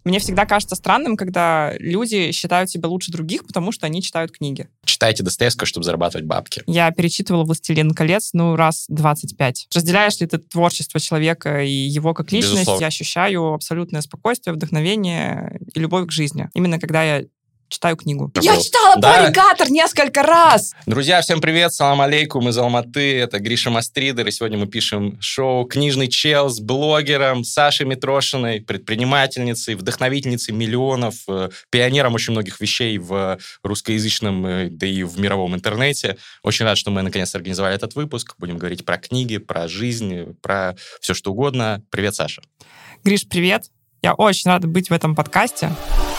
Мне всегда кажется странным, когда люди считают себя лучше других, потому что они читают книги. Читайте Достоевского, чтобы зарабатывать бабки. Я перечитывала «Властелин колец», раз 25. Разделяешь ли ты творчество человека и его как личность? Безусловно. Я ощущаю абсолютное спокойствие, вдохновение и любовь к жизни. Именно когда я читаю книгу. Я читала «Паригатор» несколько раз! Друзья, всем привет, салам алейкум из Алматы, это Гриша Мастридер, и сегодня мы пишем шоу «Книжный чел» с блогером Сашей Митрошиной, предпринимательницей, вдохновительницей миллионов, пионером очень многих вещей в русскоязычном, да и в мировом интернете. Очень рад, что мы наконец организовали этот выпуск. Будем говорить про книги, про жизнь, про все что угодно. Привет, Саша. Гриш, привет. Я очень рада быть в этом подкасте.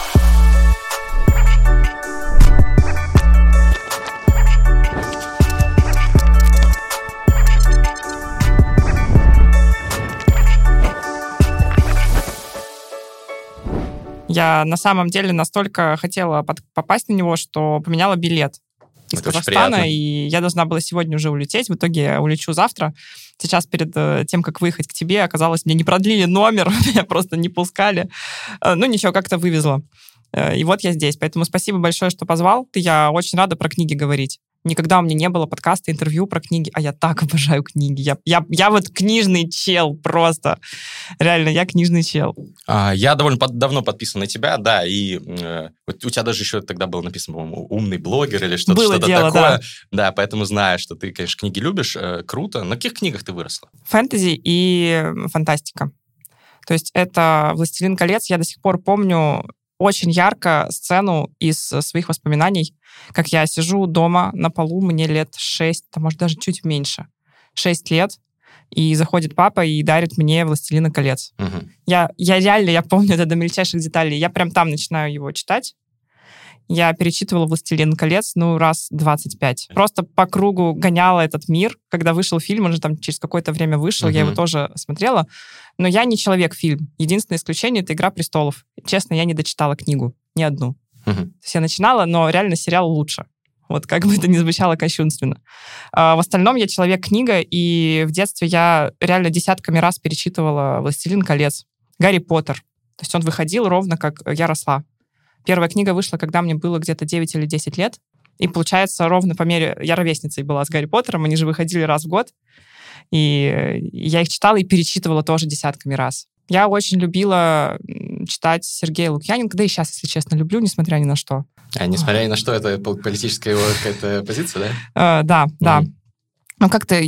Я на самом деле настолько хотела попасть на него, что поменяла билет из Казахстана, и я должна была сегодня уже улететь. В итоге я улечу завтра. Сейчас перед тем, как выехать к тебе, оказалось, мне не продлили номер, меня просто не пускали. Ничего, как-то вывезла. И вот я здесь. Поэтому спасибо большое, что позвал. Я очень рада про книги говорить. Никогда у меня не было подкаста, интервью про книги, а я так обожаю книги. Я вот книжный чел просто. Реально, я книжный чел. Я довольно давно подписан на тебя, да, и вот у тебя даже еще тогда было написано, по-моему, «Умный блогер» или что-то такое. Да. Да, поэтому знаю, что ты, конечно, книги любишь. Круто. На каких книгах ты выросла? Фэнтези и фантастика. То есть это «Властелин колец». Я до сих пор помню очень ярко сцену из своих воспоминаний, как я сижу дома на полу, мне лет 6, а может даже чуть меньше, 6 лет, и заходит папа и дарит мне «Властелина колец». Угу. Я помню это до мельчайших деталей. Я прям там начинаю его читать. Я перечитывала «Властелин колец» раз 25. Просто по кругу гоняла этот мир. Когда вышел фильм, он же там через какое-то время вышел, я его тоже смотрела. Но я не человек-фильм. Единственное исключение — это «Игра престолов». Честно, я не дочитала книгу. Ни одну. То есть я начинала, но реально сериал лучше. Вот как бы это ни звучало кощунственно. В остальном я человек-книга, и в детстве я реально десятками раз перечитывала «Властелин колец», «Гарри Поттер». То есть он выходил ровно, как я росла. Первая книга вышла, когда мне было где-то 9 или 10 лет. И, получается, ровно по мере... Я ровесницей была с Гарри Поттером, они же выходили раз в год. И я их читала и перечитывала тоже десятками раз. Я очень любила читать Сергея Лукьяненко, да и сейчас, если честно, люблю, несмотря ни на что. Несмотря ни на что, это политическая его какая-то позиция, да? Да. Как-то...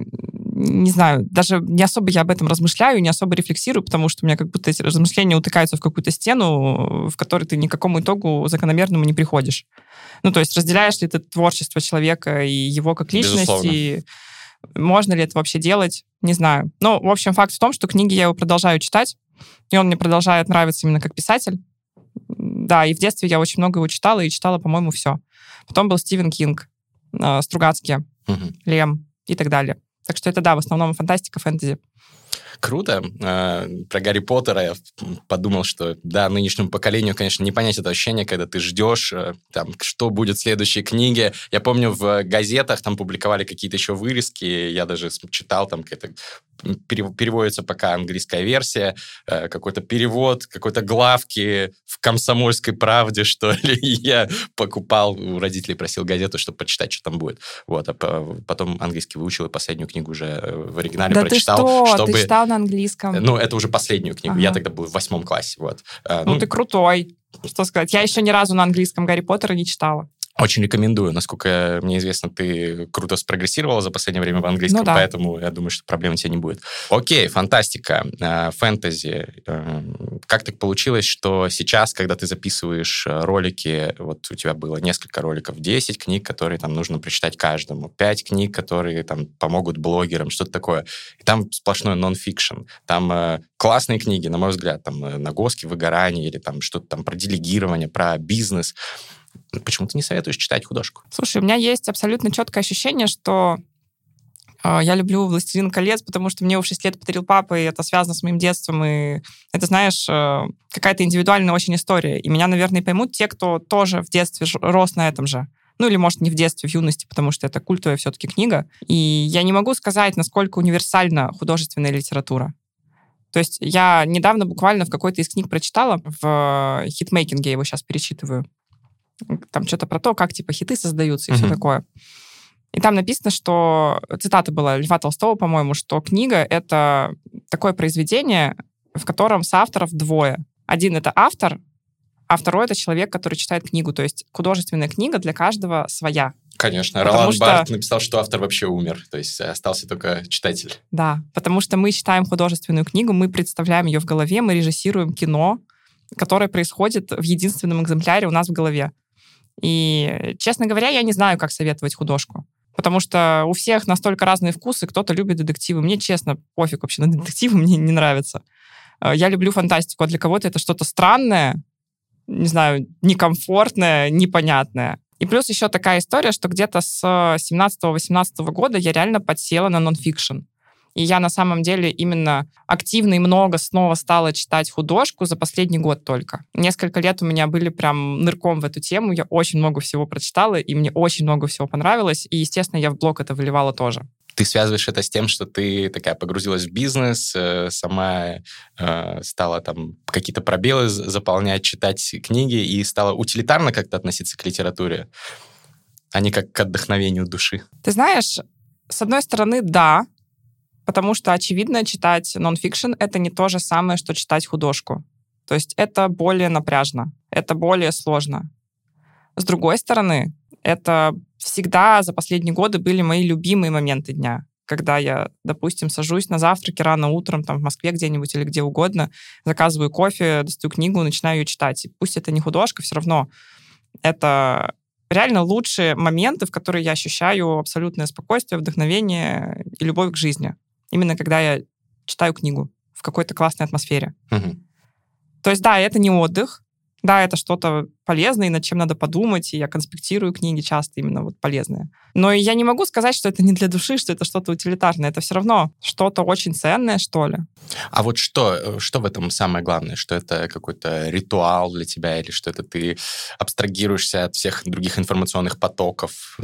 Не знаю, даже не особо я об этом размышляю, не особо рефлексирую, потому что у меня как будто эти размышления утыкаются в какую-то стену, в которой ты ни к какому итогу закономерному не приходишь. То есть разделяешь ли ты творчество человека и его как личность, и можно ли это вообще делать, не знаю. В общем, факт в том, что книги я его продолжаю читать, и он мне продолжает нравиться именно как писатель. Да, и в детстве я очень много его читала, и читала, по-моему, все. Потом был Стивен Кинг, Стругацкие, Лем и так далее. Так что это, да, в основном фантастика, фэнтези. Круто. Про Гарри Поттера я подумал, что, да, нынешнему поколению, конечно, не понять это ощущение, когда ты ждешь, что будет в следующей книге. Я помню, в газетах там публиковали какие-то еще вырезки, я даже читал, там какая-то переводится пока английская версия, какой-то перевод, какой-то главки в «Комсомольской правде», что ли. Я покупал, у родителей просил газету, чтобы почитать, что там будет. Вот, а потом английский выучил, и последнюю книгу уже в оригинале прочитал. Ты что? Ты читал на английском? Это уже последнюю книгу. Я тогда был в 8 классе. Вот. Ты крутой. Что сказать? Я еще ни разу на английском Гарри Поттера не читала. Очень рекомендую. Насколько мне известно, ты круто спрогрессировала за последнее время в английском, да. Поэтому я думаю, что проблем у тебя не будет. Окей, фантастика, фэнтези. Как так получилось, что сейчас, когда ты записываешь ролики, вот у тебя было несколько роликов, 10 книг, которые там нужно прочитать каждому, 5 книг, которые там помогут блогерам, что-то такое. И там сплошной нон-фикшн. Там классные книги, на мой взгляд, там «Нагоски выгорания» или там что-то там про делегирование, про бизнес. Почему ты не советуешь читать художку? Слушай, у меня есть абсолютно четкое ощущение, что я люблю «Властелин колец», потому что мне его в 6 лет подарил папа, и это связано с моим детством, и это, знаешь, какая-то индивидуальная очень история. И меня, наверное, поймут те, кто тоже в детстве рос на этом же. Или, может, не в детстве, в юности, потому что это культовая все-таки книга. И я не могу сказать, насколько универсальна художественная литература. То есть я недавно буквально в какой-то из книг прочитала, в хитмейкинге, я его сейчас перечитываю, там что-то про то, как типа хиты создаются и все такое. И там написано, что, цитата была Льва Толстого, по-моему, что книга — это такое произведение, в котором соавторов двое. Один — это автор, а второй — это человек, который читает книгу. То есть художественная книга для каждого своя. Конечно. Ролан Барт написал, что автор вообще умер. То есть остался только читатель. Да, потому что мы читаем художественную книгу, мы представляем ее в голове, мы режиссируем кино, которое происходит в единственном экземпляре у нас в голове. И, честно говоря, я не знаю, как советовать художку. Потому что у всех настолько разные вкусы, кто-то любит детективы. Мне, честно, пофиг вообще на детективы, мне не нравится. Я люблю фантастику, а для кого-то это что-то странное, не знаю, некомфортное, непонятное. И плюс еще такая история, что где-то с 17-18 года я реально подсела на нонфикшн. И я на самом деле именно активно и много снова стала читать художку за последний год только. Несколько лет у меня были прям нырком в эту тему, я очень много всего прочитала, и мне очень много всего понравилось, и, естественно, я в блог это выливала тоже. Ты связываешь это с тем, что ты такая погрузилась в бизнес, сама стала там какие-то пробелы заполнять, читать книги и стала утилитарно как-то относиться к литературе, а не как к отдохновению души? Ты знаешь, с одной стороны, да, потому что, очевидно, читать нон-фикшн — это не то же самое, что читать художку. То есть это более напряжно, это более сложно. С другой стороны, это всегда за последние годы были мои любимые моменты дня, когда я, допустим, сажусь на завтраке рано утром, там, в Москве где-нибудь или где угодно, заказываю кофе, достаю книгу, начинаю ее читать. И пусть это не художка, все равно это реально лучшие моменты, в которые я ощущаю абсолютное спокойствие, вдохновение и любовь к жизни. Именно когда я читаю книгу в какой-то классной атмосфере. То есть, да, это не отдых, да, это что-то полезное, над чем надо подумать, и я конспектирую книги часто именно вот полезные. Но я не могу сказать, что это не для души, что это что-то утилитарное. Это все равно что-то очень ценное, что ли. А вот что в этом самое главное? Что это какой-то ритуал для тебя, или что это ты абстрагируешься от всех других информационных потоков?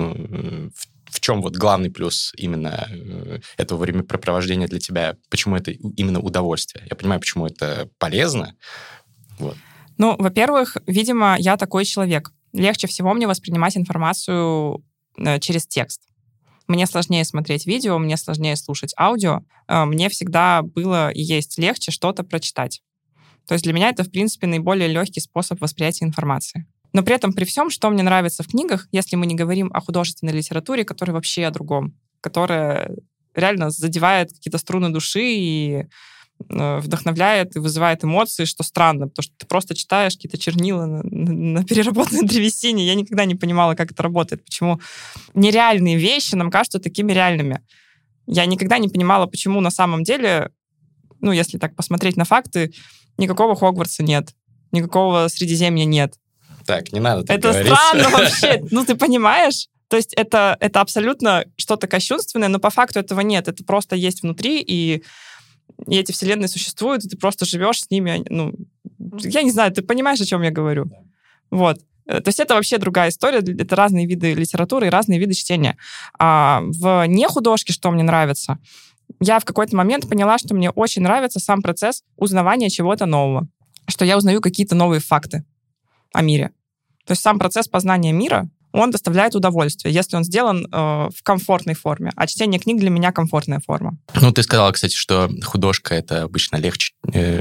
В чем вот главный плюс именно этого времяпрепровождения для тебя? Почему это именно удовольствие? Я понимаю, почему это полезно. Вот. Ну, во-первых, видимо, я такой человек. Легче всего мне воспринимать информацию через текст. Мне сложнее смотреть видео, мне сложнее слушать аудио. Мне всегда было и есть легче что-то прочитать. То есть для меня это, в принципе, наиболее легкий способ восприятия информации. Но при этом, при всем, что мне нравится в книгах, если мы не говорим о художественной литературе, которая вообще о другом, которая реально задевает какие-то струны души и вдохновляет и вызывает эмоции, что странно, потому что ты просто читаешь какие-то чернила на переработанной древесине. Я никогда не понимала, как это работает, почему нереальные вещи нам кажутся такими реальными. Я никогда не понимала, почему на самом деле, ну, если так посмотреть на факты, никакого Хогвартса нет, никакого Средиземья нет. Так, не надо так это говорить. Это странно вообще, ну, ты понимаешь? То есть это абсолютно что-то кощунственное, но по факту этого нет. Это просто есть внутри, и эти вселенные существуют, и ты просто живешь с ними. Ну, я не знаю, ты понимаешь, о чем я говорю? Да. Вот. То есть это вообще другая история. Это разные виды литературы и разные виды чтения. А в нехудожке, что мне нравится, я в какой-то момент поняла, что мне очень нравится сам процесс узнавания чего-то нового. Что я узнаю какие-то новые факты о мире. То есть сам процесс познания мира, он доставляет удовольствие, если он сделан в комфортной форме. А чтение книг для меня комфортная форма. Ну, ты сказала, кстати, что художка — это обычно легче,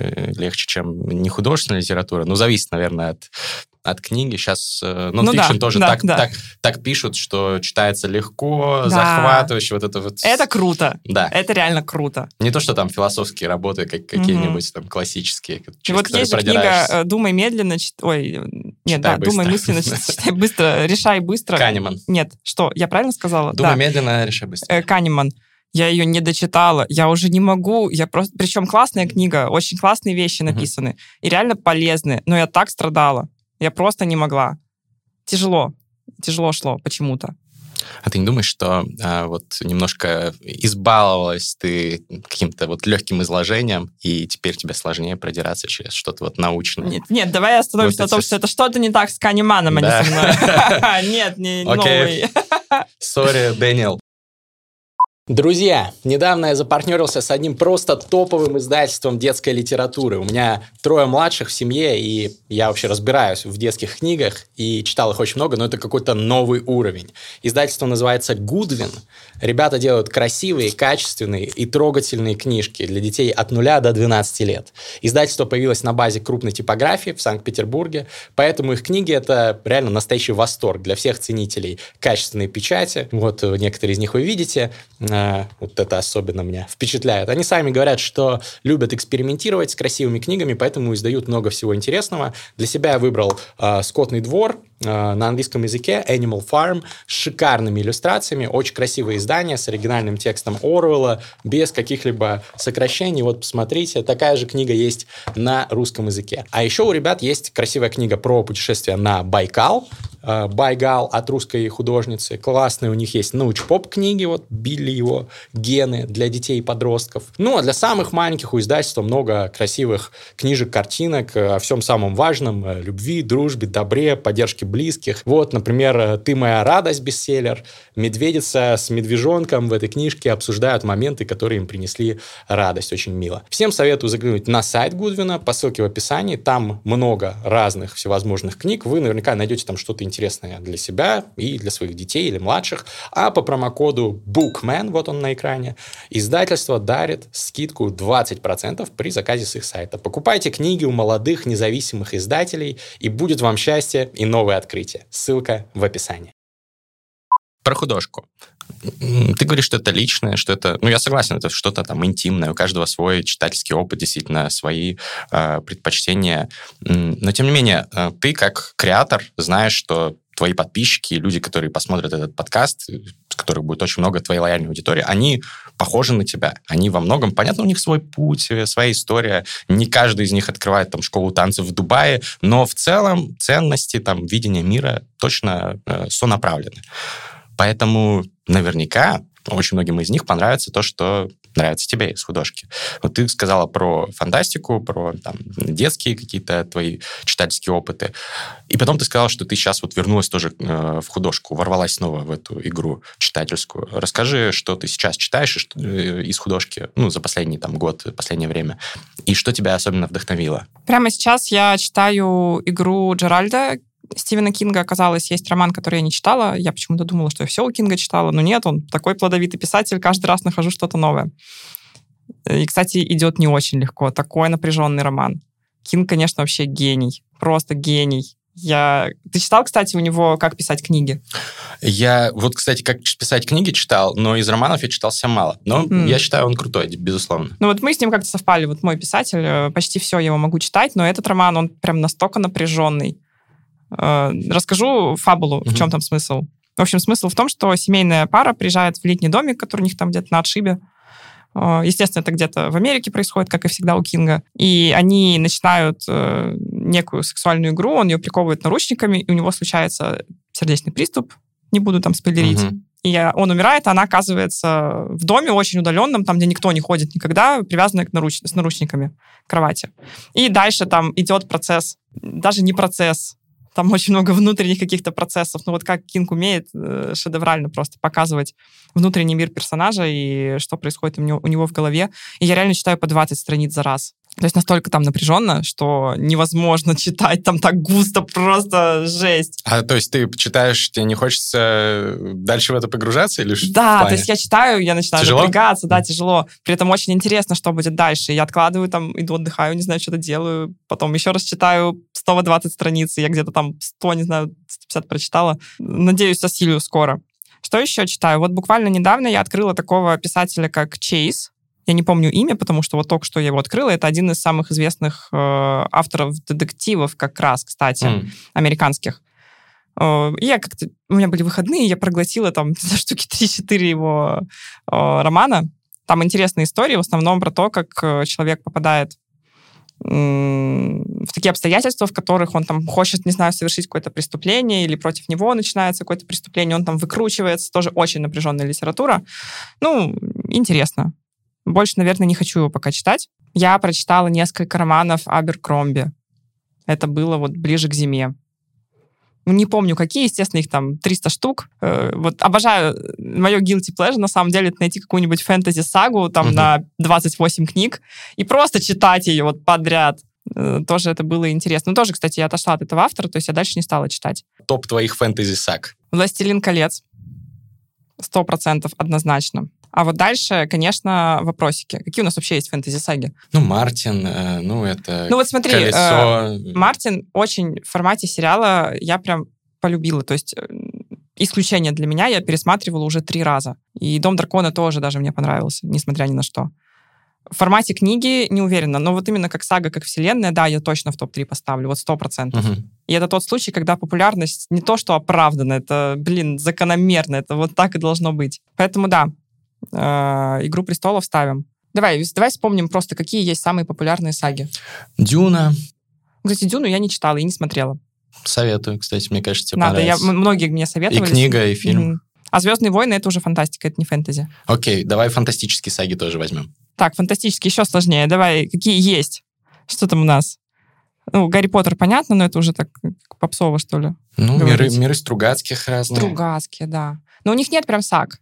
чем нехудожественная литература. Ну, зависит, наверное, от книги. Сейчас нон-фикшн тоже так пишут, что читается легко, захватывающе. Вот это вот. Это круто. Да. Это реально круто. Не то, что там философские работы, как какие-нибудь там классические. Вот есть же книга «Думай медленно», «Думай мысленно, читай быстро, решай быстро». Канеман. Нет, что, я правильно сказала? «Думай медленно, решай быстро». Канеман. Я ее не дочитала, я уже не могу, причем классная книга, очень классные вещи написаны, и реально полезные, но я так страдала. Я просто не могла. Тяжело шло почему-то. А ты не думаешь, что вот немножко избаловалась ты каким-то вот легким изложением, и теперь тебе сложнее продираться через что-то вот научное? Нет, давай остановимся на том, что это что-то не так с Канеманом, а не со мной. Нет, не новый. Сори, Дэниел. Друзья, недавно я запартнерился с одним просто топовым издательством детской литературы. У меня 3 младших в семье, и я вообще разбираюсь в детских книгах и читал их очень много, но это какой-то новый уровень. Издательство называется Goodwin. Ребята делают красивые, качественные и трогательные книжки для детей от 0 до 12 лет. Издательство появилось на базе крупной типографии в Санкт-Петербурге, поэтому их книги — это реально настоящий восторг для всех ценителей качественной печати. Вот некоторые из них вы видите. Вот это особенно меня впечатляет. Они сами говорят, что любят экспериментировать с красивыми книгами, поэтому издают много всего интересного. Для себя я выбрал «Скотный двор», на английском языке, Animal Farm, с шикарными иллюстрациями, очень красивое издание с оригинальным текстом Оруэлла, без каких-либо сокращений. Вот посмотрите, такая же книга есть на русском языке. А еще у ребят есть красивая книга про путешествие на Байкал, Байгал от русской художницы. Классные у них есть научпоп книги, вот Билли его гены для детей и подростков. Ну, а для самых маленьких у издательства много красивых книжек, картинок о всем самом важном: любви, дружбе, добре, поддержке близких. Вот, например, «Ты моя радость» бестселлер. Медведица с медвежонком в этой книжке обсуждают моменты, которые им принесли радость. Очень мило. Всем советую заглянуть на сайт Гудвина по ссылке в описании. Там много разных всевозможных книг. Вы наверняка найдете там что-то интересное для себя и для своих детей или младших. А по промокоду BOOKMAN, вот он на экране, издательство дарит скидку 20% при заказе с их сайта. Покупайте книги у молодых независимых издателей, и будет вам счастье и новое открытие. Ссылка в описании. Про художку. Ты говоришь, что это личное, что это... Ну, я согласен, это что-то там интимное, у каждого свой читательский опыт, действительно, свои предпочтения. Но, тем не менее, ты, как креатор, знаешь, что твои подписчики, люди, которые посмотрят этот подкаст, с которых будет очень много твоей лояльной аудитории, они похожи на тебя. Они во многом, понятно, у них свой путь, своя история. Не каждый из них открывает там школу танцев в Дубае, но в целом ценности, там, видения мира точно сонаправлены. Поэтому наверняка очень многим из них понравится то, что нравится тебе из художки. Вот ты сказала про фантастику, про там, детские какие-то твои читательские опыты. И потом ты сказала, что ты сейчас вот вернулась тоже в художку, ворвалась снова в эту игру читательскую. Расскажи, что ты сейчас читаешь из художки, ну, за последний там год, последнее время, и что тебя особенно вдохновило? Прямо сейчас я читаю «Игру Джеральда» Стивена Кинга. Оказалось, есть роман, который я не читала. Я почему-то думала, что я все у Кинга читала, но нет, он такой плодовитый писатель, каждый раз нахожу что-то новое. И, кстати, идет не очень легко. Такой напряженный роман. Кинг, конечно, вообще гений. Просто гений. Ты читал, кстати, у него «Как писать книги»? Я вот, кстати, «Как писать книги» читал, но из романов я читал совсем мало. Но я считаю, он крутой, безусловно. Ну вот мы с ним как-то совпали. Вот мой писатель, почти все его могу читать, но этот роман, он прям настолько напряженный. Расскажу фабулу, в чем там смысл. В общем, смысл в том, что семейная пара приезжает в летний домик, который у них там где-то на отшибе. Естественно, это где-то в Америке происходит, как и всегда у Кинга. И они начинают некую сексуальную игру, он ее приковывает наручниками, и у него случается сердечный приступ. Не буду там спойлерить. И он умирает, а она оказывается в доме очень удаленном, там, где никто не ходит никогда, привязанная с наручниками к кровати. И дальше там идет процесс, даже не процесс, там очень много внутренних каких-то процессов. Ну вот как Кинг умеет шедеврально просто показывать внутренний мир персонажа и что происходит у него в голове. И я реально читаю по 20 страниц за раз. То есть настолько там напряженно, что невозможно читать, там так густо, просто жесть. А то есть ты читаешь, тебе не хочется дальше в это погружаться? Или да, то есть я читаю, я начинаю тяжело? Напрягаться, да, тяжело. При этом очень интересно, что будет дальше. Я откладываю там, иду отдыхаю, не знаю, что-то делаю. Потом еще раз читаю 120 страниц, я где-то там 100, не знаю, 150 прочитала. Надеюсь, осилю скоро. Что еще читаю? Вот буквально недавно я открыла такого писателя, как Чейз. Я не помню имя, потому что вот только что я его открыла. Это один из самых известных авторов детективов как раз, кстати, американских. И я как-то... У меня были выходные, я проглотила там за штуки 3-4 его романа. Там интересные истории, в основном про то, как человек попадает в такие обстоятельства, в которых он там хочет, не знаю, совершить какое-то преступление, или против него начинается какое-то преступление, он там выкручивается. Тоже очень напряженная литература. Ну, интересно. Больше, наверное, не хочу его пока читать. Я прочитала несколько романов Аберкромби. Это было вот ближе к зиме. Не помню, какие, естественно, их там 300 штук. Вот обожаю, мое guilty pleasure, на самом деле, это найти какую-нибудь фэнтези-сагу там на 28 книг и просто читать ее вот подряд. Тоже это было интересно. Ну, тоже, кстати, я отошла от этого автора, то есть я дальше не стала читать. Топ твоих фэнтези-саг. «Властелин колец». 100% однозначно. А вот дальше, конечно, вопросики. Какие у нас вообще есть фэнтези-саги? Мартин, это Ну вот смотри, «Колесо». Мартин очень в формате сериала я прям полюбила. То есть исключение для меня я пересматривала уже 3 раза. И «Дом дракона» тоже даже мне понравился, несмотря ни на что. В формате книги не уверена, но вот именно как сага, как вселенная, да, я точно в топ-3 поставлю, вот 100%. И это тот случай, когда популярность не то, что оправдана, это, закономерно, это вот так и должно быть. Поэтому да, «Игру престолов» ставим. Давай вспомним просто, какие есть самые популярные саги. «Дюна». Кстати, «Дюну» я не читала и не смотрела. Советую, кстати, мне кажется, тебе Надо, понравится. многие мне советовали. И книга, и фильм. А «Звездные войны» — это уже фантастика, это не фэнтези. Окей, давай фантастические саги тоже возьмем. Так, фантастические еще сложнее. Давай, какие есть? Что там у нас? «Гарри Поттер» понятно, но это уже так попсово, что ли? Миры Стругацких разные. Стругацкие, да. Но у них нет прям саг.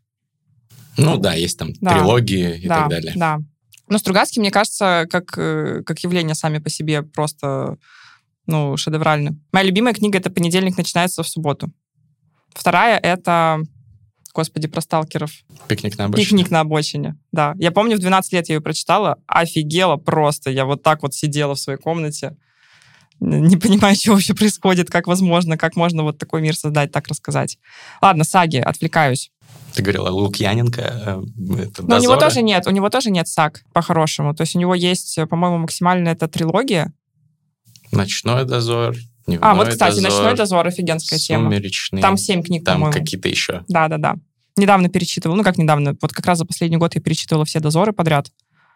Да, есть там трилогии и так далее. Да. Но Стругацкие, мне кажется, как явление сами по себе просто, шедевральны. Моя любимая книга — это «Понедельник начинается в субботу». Вторая — это... Господи, про сталкеров. «Пикник на обочине». «Пикник на обочине», да. Я помню, в 12 лет я ее прочитала, офигела просто. Я вот так вот сидела в своей комнате, не понимаю, что вообще происходит, как можно вот такой мир создать, так рассказать. Ладно, саги, отвлекаюсь. Ты говорила, Лукьяненко, Но у него тоже нет саг, по-хорошему. То есть у него есть, по-моему, максимально это трилогия. «Ночной дозор», «Дневной вот, кстати, дозор», «Ночной дозор» офигенская тема. «Сумеречный». Там 7 книг, там по-моему. Какие-то еще. Да. Недавно перечитывала. Как недавно? Вот как раз за последний год я перечитывала все «Дозоры» подряд.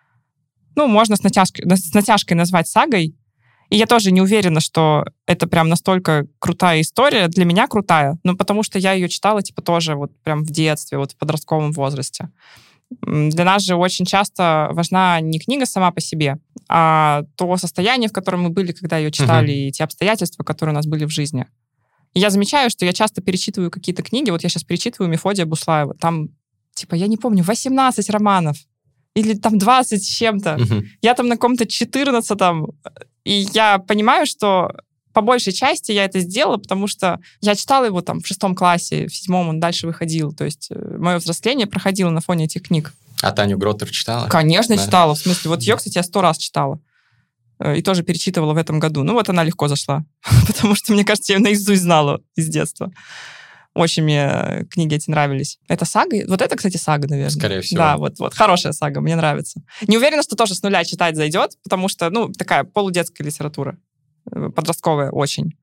Можно с натяжкой назвать сагой. И я тоже не уверена, что это прям настолько крутая история. Для меня крутая, потому что я ее читала тоже вот прям в детстве, вот в подростковом возрасте. Для нас же очень часто важна не книга сама по себе, а то состояние, в котором мы были, когда ее читали, и те обстоятельства, которые у нас были в жизни. И я замечаю, что я часто перечитываю какие-то книги. Вот я сейчас перечитываю Мефодия Буслаева. Там, я не помню, 18 романов. Или там 20 с чем-то. Я там на каком-то 14-м. И я понимаю, что по большей части я это сделала, потому что я читала его там в 6 классе, в 7 он дальше выходил. То есть мое взросление проходило на фоне этих книг. А Таню Гроттер читала? Конечно, читала. В смысле, вот ее, кстати, я 100 раз читала. И тоже перечитывала в этом году. Она легко зашла. Потому что, мне кажется, я ее наизусть знала из детства. Очень мне книги эти нравились. Это сага? Вот это, кстати, сага, наверное. Скорее всего. Да, вот хорошая сага, мне нравится. Не уверена, что тоже с нуля читать зайдет, потому что, такая полудетская литература. Подростковая очень.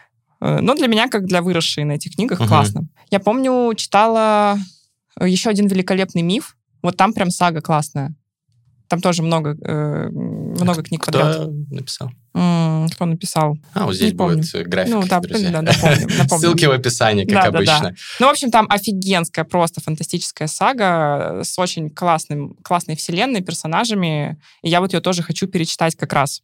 Но для меня, как для выросшей на этих книгах, классно. Я помню, читала еще один великолепный миф. Вот там прям сага классная. Там тоже много книг подряд. Кто написал? Кто написал? Вот здесь будет график, друзья. Напомню. Ссылки в описании, как обычно. Да. В общем, там офигенская, просто фантастическая сага с очень классной вселенной, персонажами. И я вот ее тоже хочу перечитать как раз.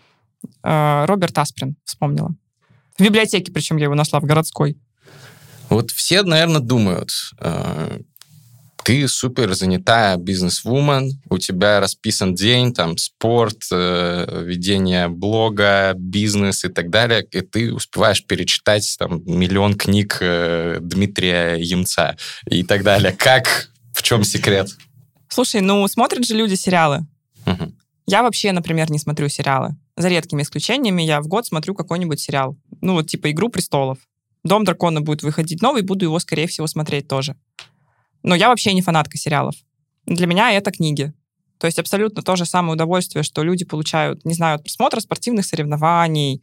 Роберт Асприн вспомнила. В библиотеке, причем я его нашла, в городской. Вот все, наверное, думают... Ты супер занятая бизнес-вумен, у тебя расписан день, там, спорт, ведение блога, бизнес и так далее, и ты успеваешь перечитать там 1 миллион книг Дмитрия Ямца и так далее. В чем секрет? Слушай, смотрят же люди сериалы. Я вообще, например, не смотрю сериалы. За редкими исключениями я в год смотрю какой-нибудь сериал. «Игру престолов». «Дом дракона» будет выходить новый, буду его, скорее всего, смотреть тоже. Но я вообще не фанатка сериалов. Для меня это книги. То есть абсолютно то же самое удовольствие, что люди получают, не знаю, от просмотра спортивных соревнований,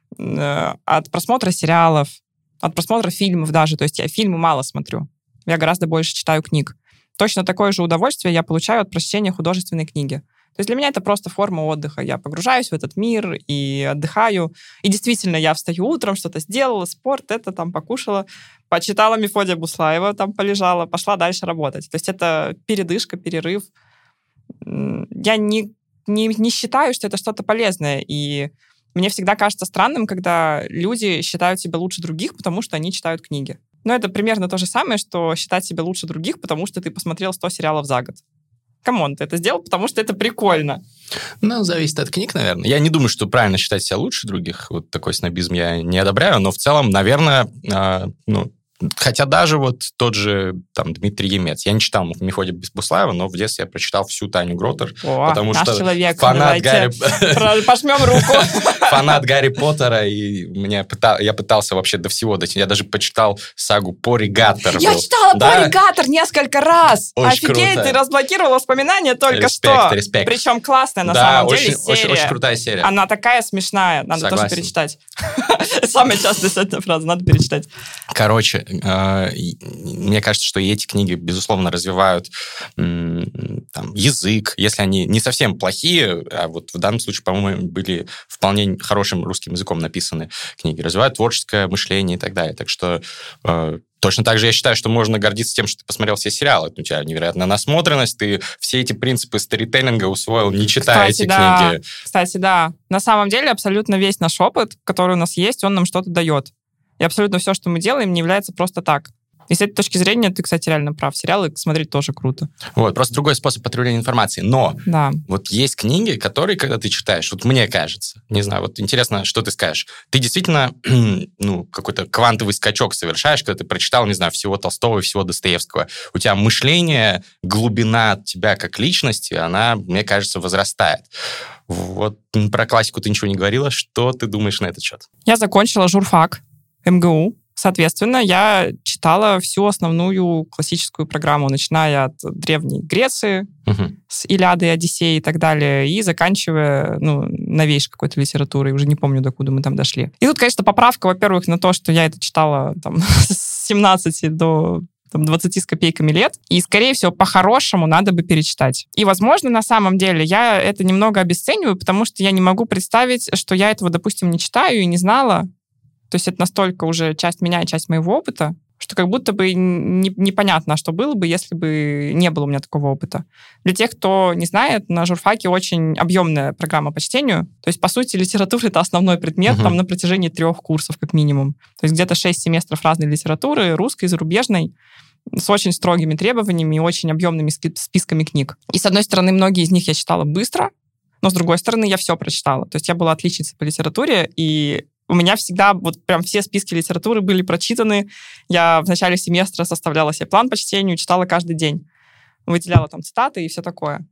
от просмотра сериалов, от просмотра фильмов даже. То есть я фильмы мало смотрю. Я гораздо больше читаю книг. Точно такое же удовольствие я получаю от прочтения художественной книги. То есть для меня это просто форма отдыха. Я погружаюсь в этот мир и отдыхаю. И действительно, я встаю утром, что-то сделала, спорт, покушала, почитала Мефодия Буслаева, полежала, пошла дальше работать. То есть это передышка, перерыв. Я не считаю, что это что-то полезное. И Мне всегда кажется странным, когда люди считают себя лучше других, потому что они читают книги. Но это примерно то же самое, что считать себя лучше других, потому что ты посмотрел 100 сериалов за год. Камон, ты это сделал, потому что это прикольно. Ну, зависит от книг, наверное. Я не думаю, что правильно считать себя лучше других. Вот такой снобизм я не одобряю, но в целом, наверное, хотя даже вот тот же там Дмитрий Емец. Я не читал Мефодия Буслаева, но в детстве я прочитал всю Таню Гротер, потому наш что человек, фанат пожмем руку. Фанат Гарри Поттера, и я пытался вообще до всего дойти. Я даже почитал сагу Пори Гаттер. Я читала Пори Гаттер несколько раз. Очень Офигеть, круто. Ты разблокировал воспоминания только что. Респект. Причем классная на самом деле серия. Очень крутая серия. Она такая смешная. Надо тоже перечитать. Самая частая сегодня фраза. Надо перечитать. Короче, мне кажется, что и эти книги, безусловно, развивают язык, если они не совсем плохие, а вот в данном случае, по-моему, были вполне хорошим русским языком написаны книги, развивают творческое мышление и так далее. Так что точно так же я считаю, что можно гордиться тем, что ты посмотрел все сериалы. У тебя невероятная насмотренность, ты все эти принципы сторителлинга усвоил, не читая эти книги. Кстати, да. На самом деле абсолютно весь наш опыт, который у нас есть, он нам что-то дает. И абсолютно все, что мы делаем, не является просто так. И с этой точки зрения ты, кстати, реально прав. Сериалы смотреть тоже круто. Вот, просто другой способ потребления информации. Но да. Вот есть книги, которые, когда ты читаешь, вот мне кажется, не знаю, вот интересно, что ты скажешь. Ты действительно, какой-то квантовый скачок совершаешь, когда ты прочитал, не знаю, всего Толстого и всего Достоевского. У тебя мышление, глубина тебя как личности, она, мне кажется, возрастает. Вот про классику ты ничего не говорила. Что ты думаешь на этот счет? Я закончила журфак МГУ. Соответственно, я читала всю основную классическую программу, начиная от Древней Греции, с Илиады, Одиссеи и так далее, и заканчивая новейшей какой-то литературой. Уже не помню, докуда мы там дошли. И тут, конечно, поправка, во-первых, на то, что я это читала с 17 до 20 с копейками лет, и, скорее всего, по-хорошему надо бы перечитать. И, возможно, на самом деле я это немного обесцениваю, потому что я не могу представить, что я этого, допустим, не читаю и не знала. То есть это настолько уже часть меня и часть моего опыта, что как будто бы непонятно, что было бы, если бы не было у меня такого опыта. Для тех, кто не знает, на журфаке очень объемная программа по чтению. То есть, по сути, литература — это основной предмет там на протяжении 3 курсов, как минимум. То есть где-то 6 семестров разной литературы, русской, зарубежной, с очень строгими требованиями и очень объемными списками книг. И, с одной стороны, многие из них я читала быстро, но, с другой стороны, я все прочитала. То есть я была отличницей по литературе, и у меня всегда вот прям все списки литературы были прочитаны. Я в начале семестра составляла себе план по чтению, читала каждый день. Выделяла там цитаты и все такое.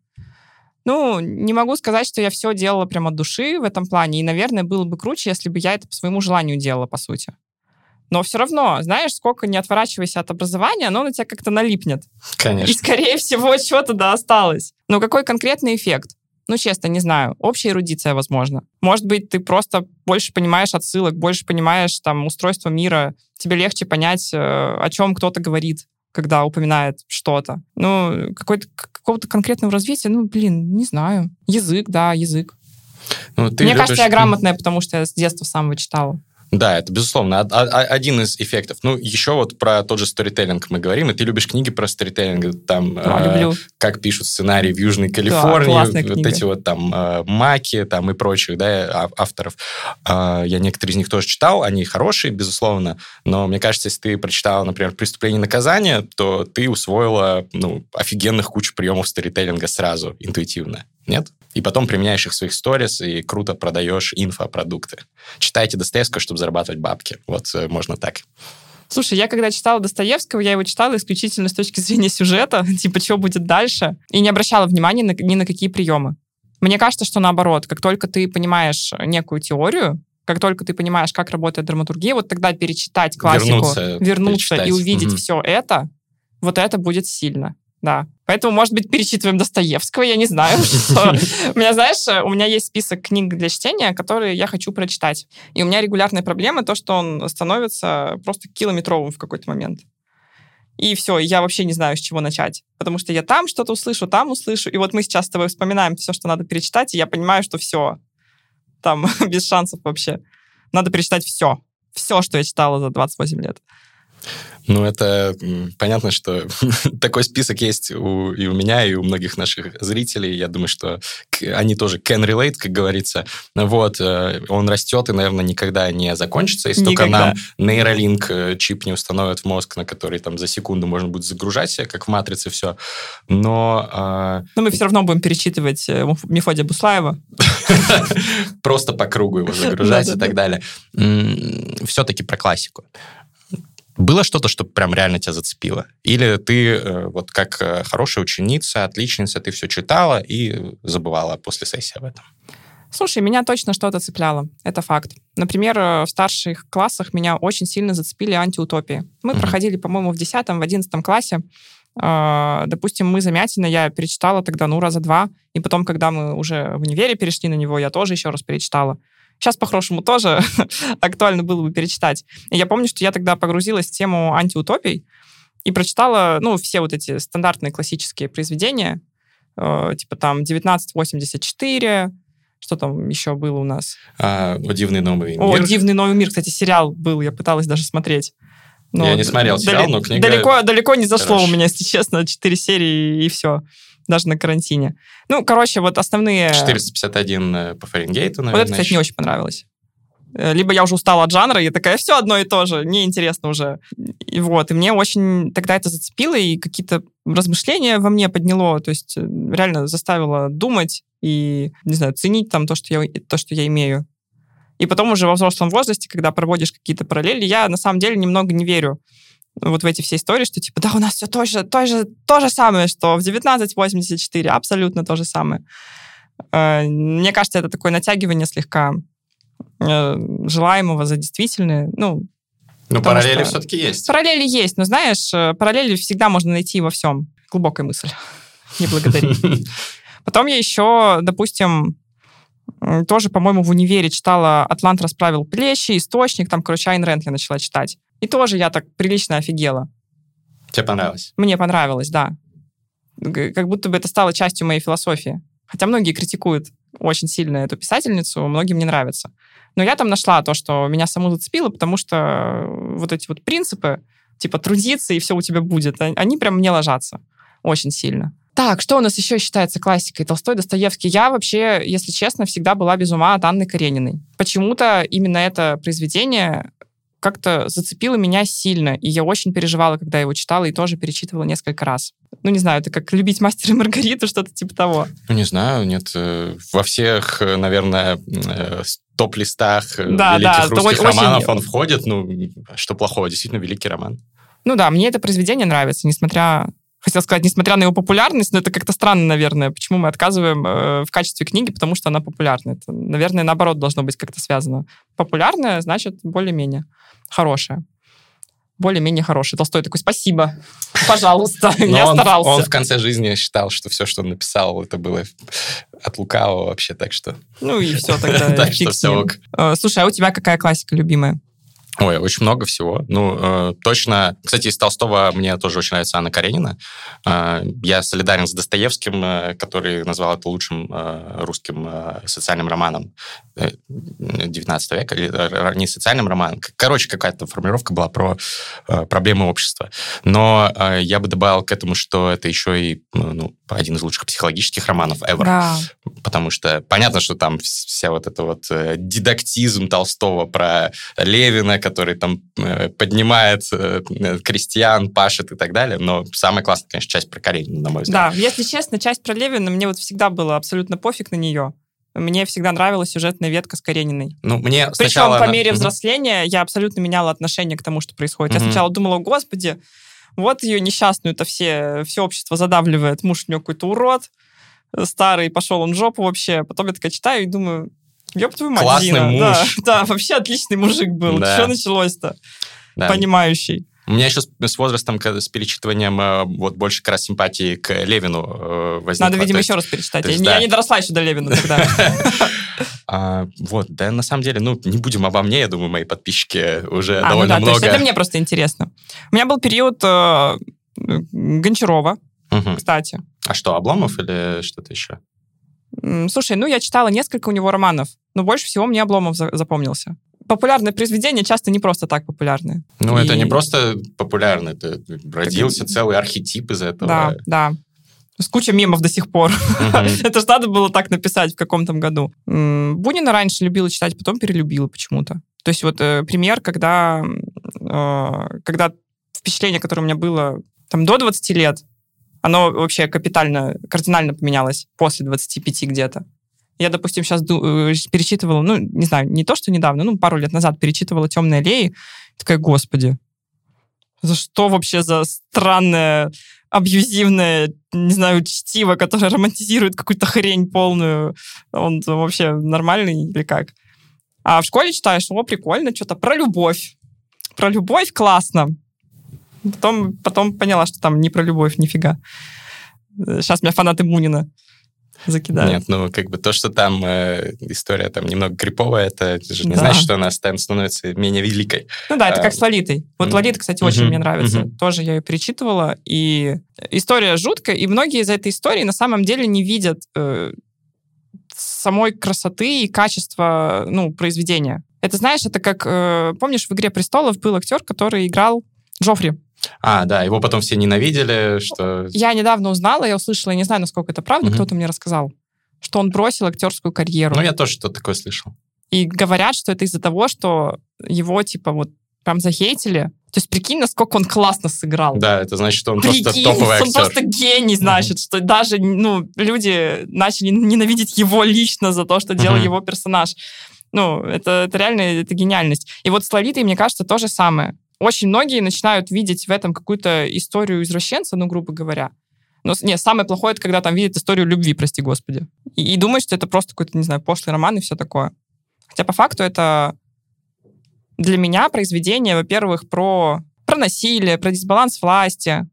Не могу сказать, что я все делала прям от души в этом плане. И, наверное, было бы круче, если бы я это по своему желанию делала, по сути. Но все равно, знаешь, сколько не отворачивайся от образования, оно на тебя как-то налипнет. Конечно. И, скорее всего, что-то осталось. Но какой конкретный эффект? Честно, не знаю. Общая эрудиция, возможно. Может быть, ты просто больше понимаешь отсылок, больше понимаешь там устройство мира. Тебе легче понять, о чем кто-то говорит, когда упоминает что-то. Какого-то конкретного развития, не знаю. Язык, да, язык. Мне кажется, я грамотная, потому что я с детства самого читала. Да, это, безусловно, один из эффектов. Еще вот про тот же сторителлинг мы говорим, и ты любишь книги про сторителлинг, там, люблю. как пишут сценарии в Южной Калифорнии, книга. Вот эти вот там Маки там, и прочих, да, авторов. Я некоторые из них тоже читал, они хорошие, безусловно, но мне кажется, если ты прочитала, например, «Преступление и наказание», то ты усвоила офигенных кучу приемов сторителлинга сразу, интуитивно. Нет? И потом применяешь их в своих сторис и круто продаешь инфопродукты. Читайте Достоевского, чтобы зарабатывать бабки. Вот можно так. Слушай, я когда читала Достоевского, я его читала исключительно с точки зрения сюжета, что будет дальше, и не обращала внимания ни на какие приемы. Мне кажется, что наоборот, как только ты понимаешь некую теорию, как только ты понимаешь, как работает драматургия, вот тогда перечитать классику, вернуться и увидеть все это, вот это будет сильно. Да. Поэтому, может быть, перечитываем Достоевского, я не знаю, что... У меня есть список книг для чтения, которые я хочу прочитать. И у меня регулярная проблема то, что он становится просто километровым в какой-то момент. И все, я вообще не знаю, с чего начать. Потому что я там что-то услышу, там услышу. И вот мы сейчас с тобой вспоминаем все, что надо перечитать, и я понимаю, что все. Там без шансов вообще. Надо перечитать все. Все, что я читала за 28 лет. Ну, это понятно, что такой список есть и у меня, и у многих наших зрителей. Я думаю, что они тоже can relate, как говорится. Вот, он растет и, наверное, никогда не закончится, если только нам нейролинк чип не установят в мозг, на который там за секунду можно будет загружать себя, как в «Матрице» все. Но мы все равно будем перечитывать Мефодия Буслаева. Просто по кругу его загружать и так далее. Все-таки про классику. Было что-то, что прям реально тебя зацепило? Или ты вот как хорошая ученица, отличница, ты все читала и забывала после сессии об этом? Слушай, меня точно что-то цепляло. Это факт. Например, в старших классах меня очень сильно зацепили антиутопии. Мы проходили, по-моему, в 10-м, в 11 классе. Допустим, мы Замятина я перечитала тогда, раза 2. И потом, когда мы уже в универе перешли на него, я тоже еще раз перечитала. Сейчас, по-хорошему, тоже актуально было бы перечитать. И я помню, что я тогда погрузилась в тему антиутопий и прочитала, все вот эти стандартные классические произведения, типа там 1984, что там еще было у нас? «О дивный новый мир». «О, дивный новый мир». Кстати, сериал был, я пыталась даже смотреть. Но я не смотрел сериал, но книга... Далеко не зашло у меня, если честно, 4 серии и все. Даже на карантине. Вот основные... 451 по Фаренгейту, наверное. Вот это, кстати, не очень понравилось. Либо я уже устала от жанра, и я такая, все одно и то же, неинтересно уже. И мне очень тогда это зацепило, и какие-то размышления во мне подняло, то есть реально заставило думать и, не знаю, ценить там то, что я имею. И потом уже во взрослом возрасте, когда проводишь какие-то параллели, я на самом деле немного не верю вот в эти все истории, что типа, да, у нас все то же самое, что в 1984, абсолютно то же самое. Мне кажется, это такое натягивание слегка желаемого за действительное. Параллели все-таки есть. Параллели есть, но знаешь, параллели всегда можно найти во всем. Глубокая мысль. Не благодари. Потом я еще, допустим, тоже, по-моему, в универе читала «Атлант расправил плечи», «Источник», там, Айн Рэнд я начала читать. И тоже я так прилично офигела. Тебе понравилось? Мне понравилось, да. Как будто бы это стало частью моей философии. Хотя многие критикуют очень сильно эту писательницу, многим не нравится. Но я там нашла то, что меня саму зацепило, потому что вот эти вот принципы, типа трудиться, и все у тебя будет, они прям мне ложатся очень сильно. Так, что у нас еще считается классикой? Толстой, Достоевский. Я вообще, если честно, всегда была без ума от Анны Карениной. Почему-то именно это произведение как-то зацепило меня сильно, и я очень переживала, когда его читала, и тоже перечитывала несколько раз. Не знаю, это как любить «Мастера и Маргариту», что-то типа того. Не знаю, нет. Во всех, наверное, топ-листах великих русских романов он входит. Что плохого? Действительно, великий роман. Мне это произведение нравится, несмотря на его популярность, но это как-то странно, наверное. Почему мы отказываем в качестве книги, потому что она популярна. Это, наверное, наоборот должно быть как-то связано. Популярная, значит, более-менее хорошая. Более-менее хорошая. Толстой такой, спасибо, пожалуйста, я старался. Он в конце жизни считал, что все, что он написал, это было от лукавого вообще, так что... И все тогда. Так что все ок. Слушай, а у тебя какая классика любимая? Ой, очень много всего. Точно. Кстати, из Толстого мне тоже очень нравится Анна Каренина. Я солидарен с Достоевским, который назвал это лучшим русским социальным романом 19 века. Или не социальным романом. Короче, какая-то формулировка была про проблемы общества. Но я бы добавил к этому, что это еще и один из лучших психологических романов ever. Да. Потому что понятно, что там вся вот эта вот дидактизм Толстого про Левина, который там поднимает крестьян, пашет и так далее. Но самая классная, конечно, часть про Каренину, на мой взгляд. Да, если честно, часть про Левина, мне всегда было абсолютно пофиг на нее. Мне всегда нравилась сюжетная ветка с Карениной. Мне сначала... Причем по мере взросления я абсолютно меняла отношение к тому, что происходит. Я сначала думала, господи, вот ее несчастную-то все общество задавливает. Муж у нее какой-то урод, старый, пошел он в жопу вообще. Потом я такая читаю и думаю, ёб твою мать, классный Дина. муж. Да, вообще отличный мужик был. Да. Что началось-то? Да. Понимающий. У меня еще с возрастом, с перечитыванием, больше как раз симпатии к Левину возникло. Надо, видимо, еще раз перечитать. Я не доросла еще до Левина тогда. Да, на самом деле, не будем обо мне, я думаю, мои подписчики уже довольно много. То есть это мне просто интересно. У меня был период Гончарова, кстати. А что, Обломов или что-то еще? Слушай, я читала несколько у него романов, но больше всего мне Обломов запомнился. популярные произведения часто не просто так популярны. Ну, это не просто популярно, это родился целый архетип из этого. Да. С кучей мемов до сих пор. Это же надо было так написать в каком-то году. Бунина раньше любила читать, потом перелюбила почему-то. То есть вот пример, когда впечатление, которое у меня было там, до 20 лет, оно вообще кардинально поменялось после 25 где-то. Я, допустим, сейчас перечитывала, не знаю, не то, что недавно, пару лет назад перечитывала «Темные аллеи». Такая, господи, за что вообще за странное, абьюзивное, не знаю, чтиво, которое романтизирует какую-то хрень полную? Он вообще нормальный или как? А в школе читаешь, прикольно, что-то про любовь. Про любовь классно. Потом поняла, что там не про любовь, нифига. Сейчас меня фанаты Бунина закидают. Нет, то, что там история там немного криповая, это же не значит, что она там становится менее великой. Это как с Лолитой. Вот Лолита, кстати, очень мне нравится. Тоже я ее перечитывала. И история жуткая, и многие из этой истории на самом деле не видят самой красоты и качества произведения. Это, знаешь, это как... помнишь, в «Игре престолов» был актер, который играл Джоффри. Да, его потом все ненавидели, что... Я недавно узнала, я услышала, я не знаю, насколько это правда, кто-то мне рассказал, что он бросил актерскую карьеру. Я тоже что-то такое слышал. И говорят, что это из-за того, что его, прям захейтили. То есть прикинь, насколько он классно сыграл. Да, это значит, что он просто топовый актер. Он просто гений, значит, что даже люди начали ненавидеть его лично за то, что делал его персонаж. Это реально это гениальность. И вот с Лолитой, мне кажется, то же самое. Очень многие начинают видеть в этом какую-то историю извращенца, грубо говоря. Но самое плохое, это когда там видят историю любви, прости господи. И думают, что это просто какой-то, не знаю, пошлый роман и все такое. Хотя по факту это для меня произведение, во-первых, про насилие, про дисбаланс власти.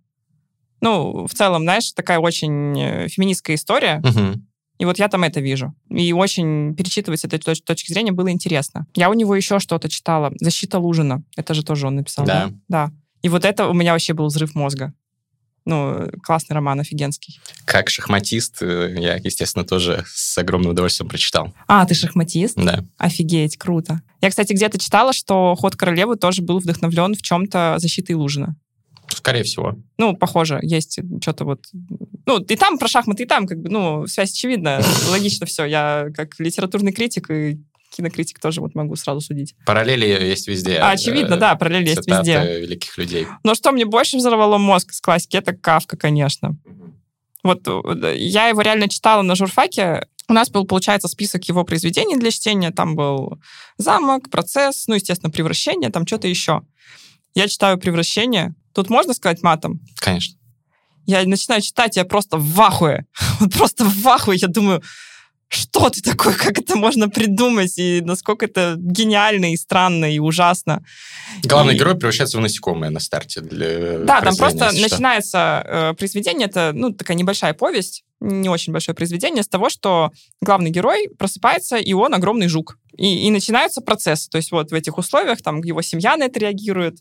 В целом, знаешь, такая очень феминистская история. И вот я там это вижу. И очень перечитывать с этой точки зрения было интересно. Я у него еще что-то читала. «Защита Лужина». Это же тоже он написал. Да. И вот это у меня вообще был взрыв мозга. Классный роман, офигенский. Как шахматист, я, естественно, тоже с огромным удовольствием прочитал. Ты шахматист? Да. Офигеть, круто. Я, кстати, где-то читала, что «Ход королевы» тоже был вдохновлен в чем-то защитой Лужина. Скорее всего. Похоже, есть что-то вот... и там про шахматы, и там связь очевидна, логично все. Я как литературный критик и кинокритик тоже могу сразу судить. Параллели есть везде. Очевидно, да, параллели есть везде. Цитаты великих людей. Но что мне больше взорвало мозг с классики, это Кафка, конечно. Вот я его реально читала на журфаке. У нас был, получается, список его произведений для чтения. Там был «Замок», «Процесс», естественно, «Превращение», там что-то еще. Я читаю «Превращение». Тут можно сказать матом? Конечно. Я начинаю читать, я просто в ахуе. Просто в ахуе. Я думаю, что ты такое, как это можно придумать, и насколько это гениально, и странно, и ужасно. Главный герой превращается в насекомое на старте. Да, там просто начинается произведение, это такая небольшая повесть, не очень большое произведение, с того, что главный герой просыпается, и он огромный жук. И начинаются процессы. То есть вот в этих условиях там его семья на это реагирует,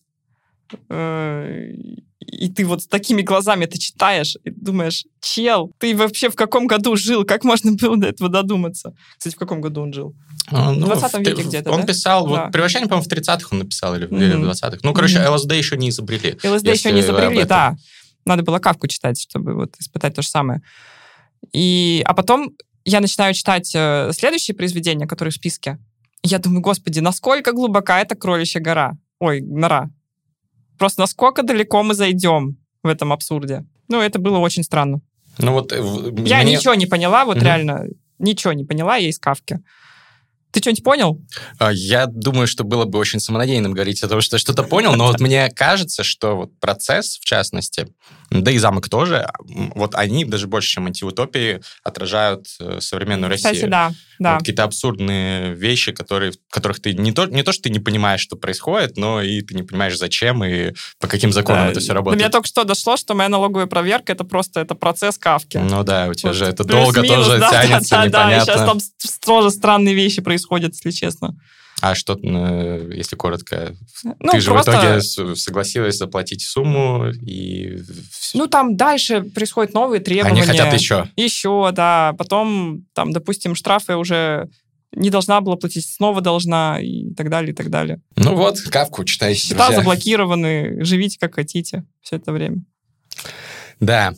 и ты вот с такими глазами это читаешь и думаешь, чел, ты вообще в каком году жил? Как можно было до этого додуматься? Кстати, в каком году он жил? В 20 веке где-то, Он писал, вот «Превращение», по-моему, в 30-х он написал, или в 20-х. ЛСД еще не изобрели. ЛСД еще не изобрели, да. Надо было Кафку читать, чтобы вот испытать то же самое. А потом я начинаю читать следующие произведения, которые в списке. И я думаю, господи, насколько глубока эта кроличья нора. Просто насколько далеко мы зайдем в этом абсурде. Это было очень странно. Я ничего не поняла, реально, ничего не поняла я из Кафки. Ты что-нибудь понял? Я думаю, что было бы очень самонадеянным говорить о том, что что-то понял, но мне кажется, что «Процесс», в частности, да и «Замок» тоже, они даже больше, чем антиутопии, отражают современную Россию. Кстати, да. Какие-то абсурдные вещи, которых ты не то, что ты не понимаешь, что происходит, но и ты не понимаешь, зачем и по каким законам это все работает. До меня только что дошло, что моя налоговая проверка это процесс Кафки. У тебя же это долго тоже тянется, непонятно. Да, и сейчас там тоже странные вещи происходят, если честно. А что, если коротко, ты же просто... в итоге согласилась заплатить сумму и... там дальше происходят новые требования. Они хотят еще. Еще, да. Потом, допустим, штрафы уже не должна была платить, снова должна, и так далее, и так далее. Ну вот, Кафку читайте, Счета друзья. заблокированы, живите как хотите все это время. Да.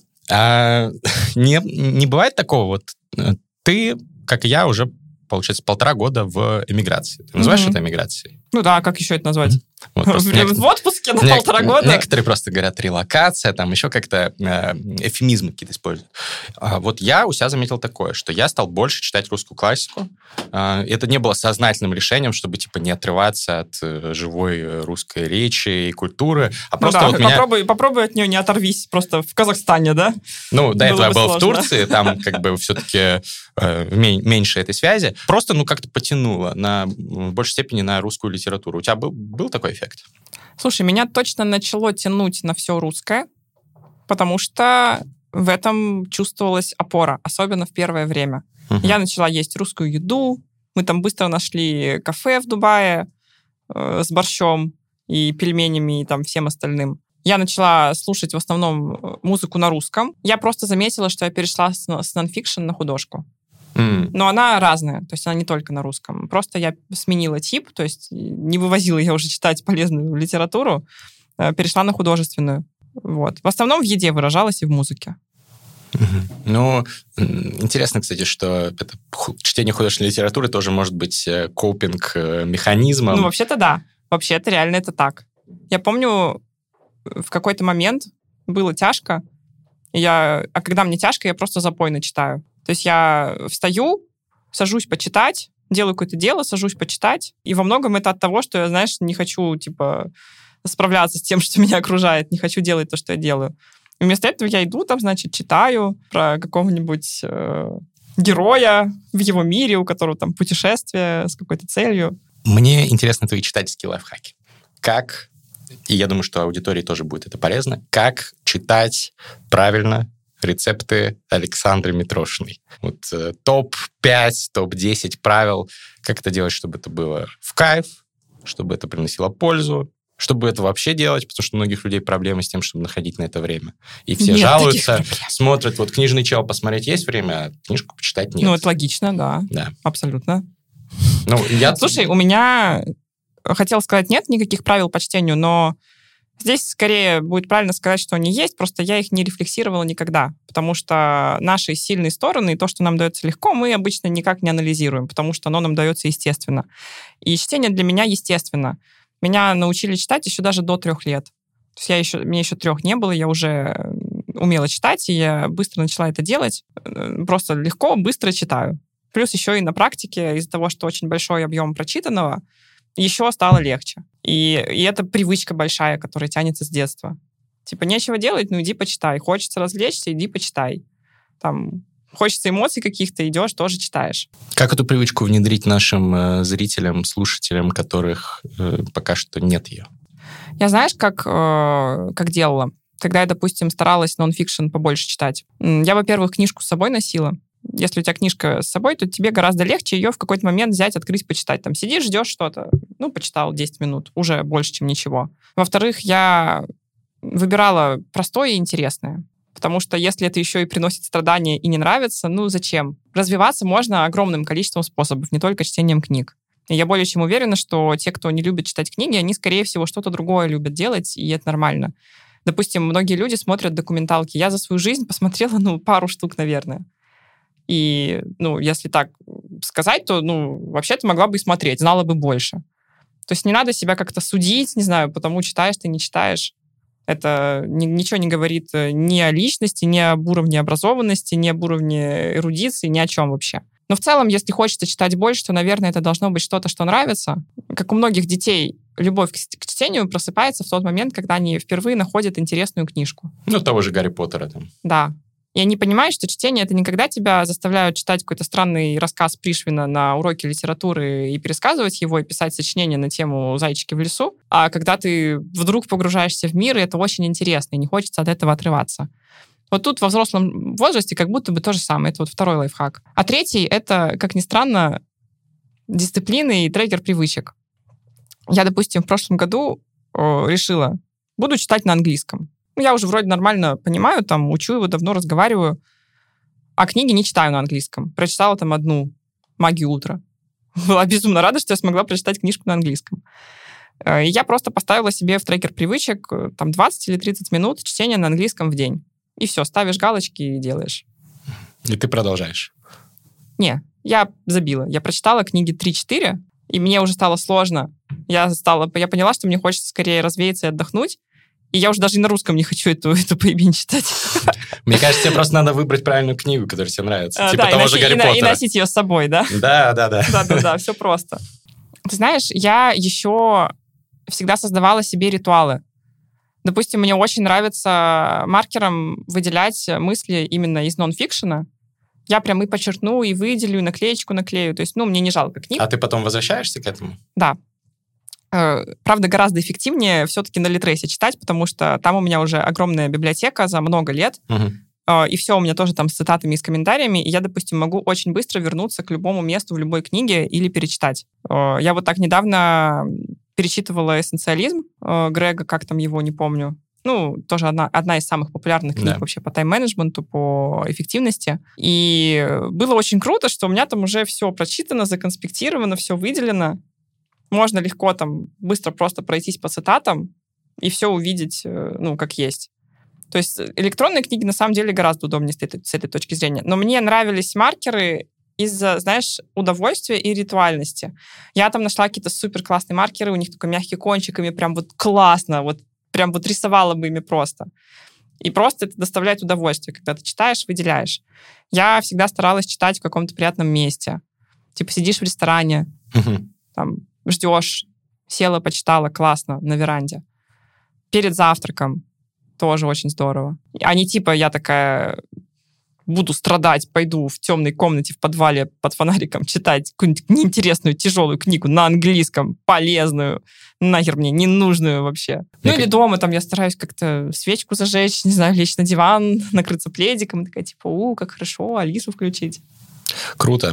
Не бывает такого, вот ты, как и я, уже, получается, 1,5 года в эмиграции. Ты называешь это эмиграцией? Ну да, как еще это назвать? Вот, в отпуске на 1,5 года? Некоторые просто говорят релокация, там еще как-то эвфемизмы какие-то используют. Вот я у себя заметил такое, что я стал больше читать русскую классику. Это не было сознательным решением, чтобы типа не отрываться от живой русской речи и культуры, а просто вот попробуй от нее не оторвись просто в Казахстане, да? Ну, до этого я был в Турции, там как бы все-таки меньше этой связи. Просто, как-то потянуло в большей степени на русскую литературу. У тебя был такой эффект? Слушай, меня точно начало тянуть на все русское, потому что в этом чувствовалась опора, особенно в первое время. Я начала есть русскую еду, мы там быстро нашли кафе в Дубае с борщом и пельменями и там всем остальным. Я начала слушать в основном музыку на русском. Я просто заметила, что я перешла с нонфикшн на художку. Но она разная, то есть она не только на русском. Просто я сменила тип, то есть не вывозила я уже читать полезную литературу, перешла на художественную. Вот. В основном в еде выражалась и в музыке. Ну, интересно, кстати, что это чтение художественной литературы тоже может быть копинг-механизмом. Ну, вообще-то да. Вообще-то реально это так. Я помню, в какой-то момент было тяжко, а когда мне тяжко, я просто запойно читаю. То есть я встаю, сажусь почитать, делаю какое-то дело, сажусь почитать, и во многом это от того, что я, знаешь, не хочу, справляться с тем, что меня окружает, не хочу делать то, что я делаю. И вместо этого я иду, читаю про какого-нибудь героя в его мире, у которого там путешествие с какой-то целью. Мне интересны твои читательские лайфхаки. И я думаю, что аудитории тоже будет это полезно, как читать правильно рецепты Александры Митрошиной. Вот топ-5, топ-10 правил, как это делать, чтобы это было в кайф, чтобы это приносило пользу, чтобы это вообще делать, потому что у многих людей проблемы с тем, чтобы находить на это время. И все жалуются, смотрят, вот книжный чел посмотреть есть время, а книжку почитать нет. Ну, это логично, да. Абсолютно. Слушай, у меня, хотела сказать, нет никаких правил по чтению, но здесь скорее будет правильно сказать, что они есть, просто я их не рефлексировала никогда, потому что наши сильные стороны и то, что нам дается легко, мы обычно никак не анализируем, потому что оно нам дается естественно. И чтение для меня естественно. Меня научили читать еще даже до 3 лет. То есть мне еще 3 не было, я уже умела читать, и я быстро начала это делать. Просто легко, быстро читаю. Плюс еще и на практике, из-за того, что очень большой объем прочитанного, еще стало легче. И это привычка большая, которая тянется с детства. Нечего делать, иди почитай. Хочется развлечься, иди почитай. Хочется эмоций каких-то, идешь, тоже читаешь. Как эту привычку внедрить нашим зрителям, слушателям, которых пока что нет ее? Я знаешь, как делала? Когда я, допустим, старалась нон-фикшн побольше читать. Я, во-первых, книжку с собой носила. Если у тебя книжка с собой, то тебе гораздо легче ее в какой-то момент взять, открыть, почитать. Сидишь, ждешь что-то. Почитал 10 минут. Уже больше, чем ничего. Во-вторых, я выбирала простое и интересное. Потому что если это еще и приносит страдания и не нравится, зачем? Развиваться можно огромным количеством способов, не только чтением книг. И я более чем уверена, что те, кто не любит читать книги, они, скорее всего, что-то другое любят делать, и это нормально. Допустим, многие люди смотрят документалки. Я за свою жизнь посмотрела, пару штук, наверное. И, если так сказать, то, вообще-то могла бы и смотреть, знала бы больше. То есть не надо себя как-то судить, не знаю, потому читаешь ты, не читаешь. Это ничего не говорит ни о личности, ни об уровне образованности, ни об уровне эрудиции, ни о чем вообще. Но в целом, если хочется читать больше, то, наверное, это должно быть что-то, что нравится. Как у многих детей, любовь к чтению просыпается в тот момент, когда они впервые находят интересную книжку. Того же Гарри Поттера там. Да. И они понимают, что чтение — это не когда тебя заставляют читать какой-то странный рассказ Пришвина на уроке литературы и пересказывать его, и писать сочинение на тему «Зайчики в лесу», а когда ты вдруг погружаешься в мир, и это очень интересно, и не хочется от этого отрываться. Вот тут во взрослом возрасте как будто бы то же самое. Это вот второй лайфхак. А третий — это, как ни странно, дисциплина и трекер привычек. Я, допустим, в прошлом году решила, буду читать на английском. Я уже вроде нормально понимаю, учу его, давно разговариваю, а книги не читаю на английском. Прочитала одну «Магию утра». была безумно рада, что я смогла прочитать книжку на английском. И я просто поставила себе в трекер привычек там 20 или 30 минут чтения на английском в день. И все, ставишь галочки и делаешь. И ты продолжаешь? Не, я забила. Я прочитала книги 3-4, и мне уже стало сложно. Я поняла, что мне хочется скорее развеяться и отдохнуть. И я уже даже и на русском не хочу эту поебень читать. Мне кажется, тебе просто надо выбрать правильную книгу, которая тебе нравится. Типа Да, того же Гарри Поттера. И носить ее с собой, да? Да. Да, все просто. Ты знаешь, я еще всегда создавала себе ритуалы. Допустим, мне очень нравится маркером выделять мысли именно из нон-фикшена. Я прям и подчеркну, и выделю, и наклеечку наклею. То есть, мне не жалко книг. А ты потом возвращаешься к этому? Да. Правда, гораздо эффективнее все-таки на Литресе читать, потому что там у меня уже огромная библиотека за много лет, и все у меня тоже там с цитатами и с комментариями, и я, допустим, могу очень быстро вернуться к любому месту в любой книге или перечитать. Я вот так недавно перечитывала «Эссенциализм» Грега, как там его, не помню. Тоже одна из самых популярных книг вообще по тайм-менеджменту, по эффективности. И было очень круто, что у меня там уже все прочитано, законспектировано, все выделено. Можно легко там быстро просто пройтись по цитатам и все увидеть, как есть. То есть электронные книги на самом деле гораздо удобнее с этой точки зрения. Но мне нравились маркеры из-за, знаешь, удовольствия и ритуальности. Я там нашла какие-то супер классные маркеры, у них такой мягкий кончик, ими прям вот классно, вот прям вот рисовала бы ими просто. И просто это доставляет удовольствие, когда ты читаешь, выделяешь. Я всегда старалась читать в каком-то приятном месте. Типа сидишь в ресторане, там, ждешь, села, почитала, классно, на веранде. Перед завтраком тоже очень здорово. А не типа я такая буду страдать, пойду в темной комнате в подвале под фонариком читать какую-нибудь неинтересную, тяжелую книгу на английском, полезную, нахер мне, ненужную вообще. Или дома там я стараюсь как-то свечку зажечь, не знаю, лечь на диван, накрыться пледиком, и такая типа, как хорошо, Алису включить. Круто.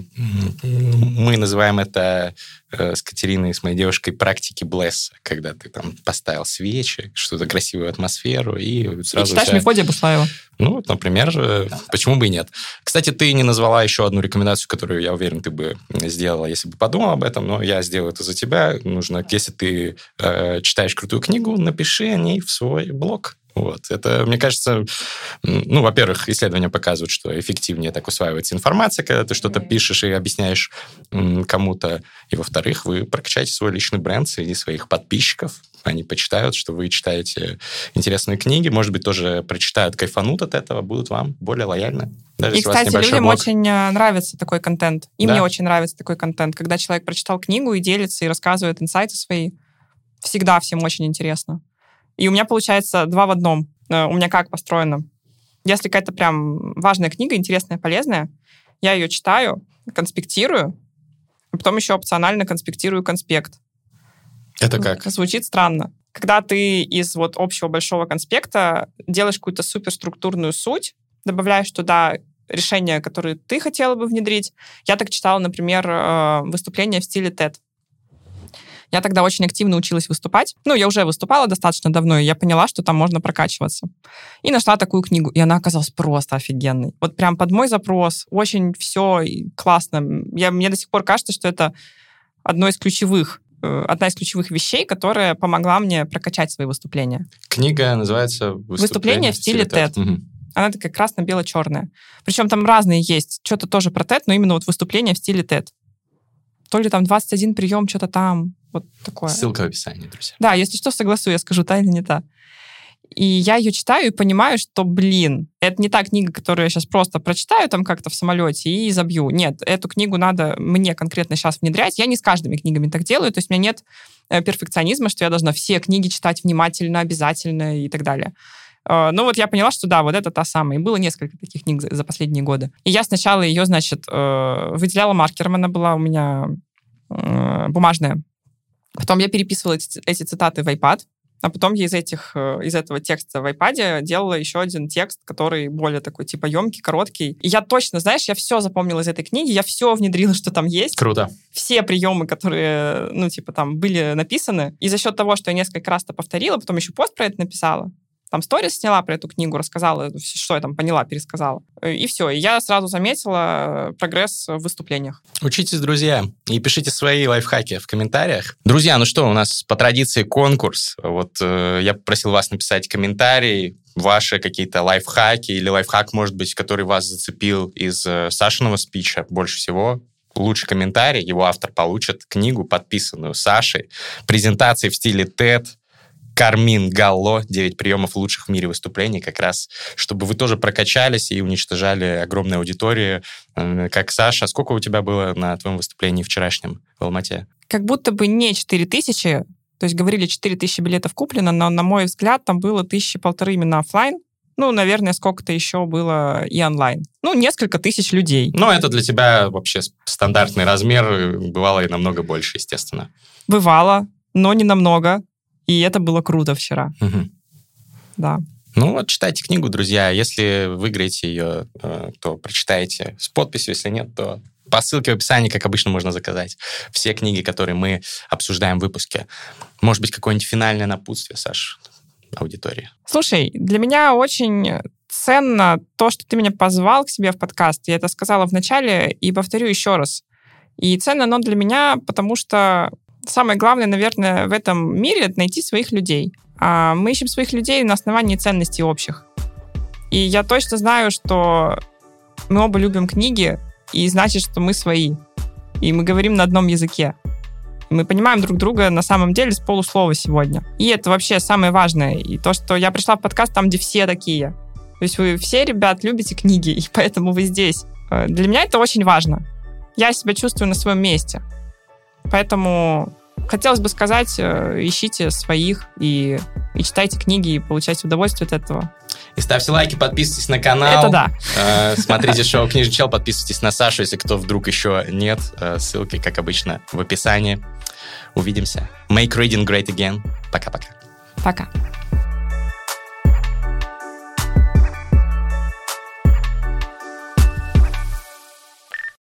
Мы называем это с Катериной, с моей девушкой, практики блесса, когда ты там поставил свечи, что-то красивую атмосферу, и сразу... И читаешь Мефодия Буслаева. Например, почему бы и нет. Кстати, ты не назвала еще одну рекомендацию, которую, я уверен, ты бы сделала, если бы подумал об этом, но я сделаю это за тебя. Нужно, если ты читаешь крутую книгу, напиши о ней в свой блог. Это, мне кажется, во-первых, исследования показывают, что эффективнее так усваивается информация, когда ты что-то пишешь и объясняешь кому-то. И, во-вторых, вы прокачаете свой личный бренд среди своих подписчиков. Они почитают, что вы читаете интересные книги, может быть, тоже прочитают, кайфанут от этого, будут вам более лояльны. Даже и, кстати, людям очень нравится такой контент. И мне очень нравится такой контент. Когда человек прочитал книгу и делится, и рассказывает инсайты свои, всегда всем очень интересно. И у меня получается 2 в 1. У меня как построено? Если какая-то прям важная книга, интересная, полезная, я ее читаю, конспектирую, а потом еще опционально конспектирую конспект. Это как? Звучит странно. Когда ты из общего большого конспекта делаешь какую-то суперструктурную суть, добавляешь туда решения, которые ты хотела бы внедрить. Я так читала, например, выступления в стиле TED. Я тогда очень активно училась выступать. Я уже выступала достаточно давно, и я поняла, что там можно прокачиваться. И нашла такую книгу, и она оказалась просто офигенной. Вот прям под мой запрос. Очень все классно. Мне до сих пор кажется, что это одна из ключевых вещей, которая помогла мне прокачать свои выступления. Книга называется «Выступление в стиле TED». Угу. Она такая красно-бело-черная. Причем там разные есть. Что-то тоже про TED, но именно выступление в стиле TED. То ли там 21 прием, что-то там. Вот такое. Ссылка в описании, друзья. Да, если что, согласую, я скажу, та или не та. И я ее читаю и понимаю, что, это не та книга, которую я сейчас просто прочитаю там как-то в самолете и забью. Нет, эту книгу надо мне конкретно сейчас внедрять. Я не с каждыми книгами так делаю, то есть у меня нет перфекционизма, что я должна все книги читать внимательно, обязательно и так далее. Но я поняла, что да, это та самая. И было несколько таких книг за последние годы. И я сначала ее, выделяла маркером, она была у меня бумажная. Потом я переписывала эти цитаты в iPad, а потом я из этого текста в iPad делала еще один текст, который более такой, типа, емкий, короткий. И я точно, я все запомнила из этой книги, я все внедрила, что там есть. Круто. Все приемы, которые, там были написаны. И за счет того, что я несколько раз это повторила, потом еще пост про это написала, там сторис сняла про эту книгу, рассказала, что я там поняла, пересказала. И все. И я сразу заметила прогресс в выступлениях. Учитесь, друзья, и пишите свои лайфхаки в комментариях. Друзья, ну что, у нас по традиции конкурс. Вот я попросил вас написать комментарий, ваши какие-то лайфхаки или лайфхак, может быть, который вас зацепил из Сашиного спича больше всего. Лучший комментарий, его автор получит книгу, подписанную Сашей, презентации в стиле TED, Кармин Галло, 9 приемов лучших в мире выступлений, как раз, чтобы вы тоже прокачались и уничтожали огромную аудиторию, как Саша. Сколько у тебя было на твоем выступлении вчерашнем в Алмате? Как будто бы не 4000, то есть говорили, 4000 билетов куплено, но, на мой взгляд, там было 1500 именно офлайн. Ну, наверное, сколько-то еще было и онлайн. Ну, несколько тысяч людей. Ну, это для тебя вообще стандартный размер. Бывало и намного больше, естественно. Бывало, но не намного. И это было круто вчера. Угу. Да. Ну вот, читайте книгу, друзья. Если выиграете ее, то прочитайте с подписью. Если нет, то по ссылке в описании, как обычно, можно заказать все книги, которые мы обсуждаем в выпуске. Может быть, какое-нибудь финальное напутствие, Саш, аудитории? Слушай, для меня очень ценно то, что ты меня позвал к себе в подкаст. Я это сказала в начале и повторю еще раз. И ценно оно для меня, потому что самое главное, наверное, в этом мире — это найти своих людей. А мы ищем своих людей на основании ценностей общих. И я точно знаю, что мы оба любим книги, и значит, что мы свои. И мы говорим на одном языке. Мы понимаем друг друга на самом деле с полуслова сегодня. И это вообще самое важное. И то, что я пришла в подкаст там, где все такие. То есть вы все, ребят, любите книги, и поэтому вы здесь. Для меня это очень важно. Я себя чувствую на своем месте. Поэтому хотелось бы сказать, ищите своих и читайте книги, и получайте удовольствие от этого. И ставьте лайки, подписывайтесь на канал. Это да. Смотрите шоу «Книжный чел», подписывайтесь на Сашу, если кто вдруг еще нет. Ссылки, как обычно, в описании. Увидимся. Make reading great again. Пока-пока. Пока.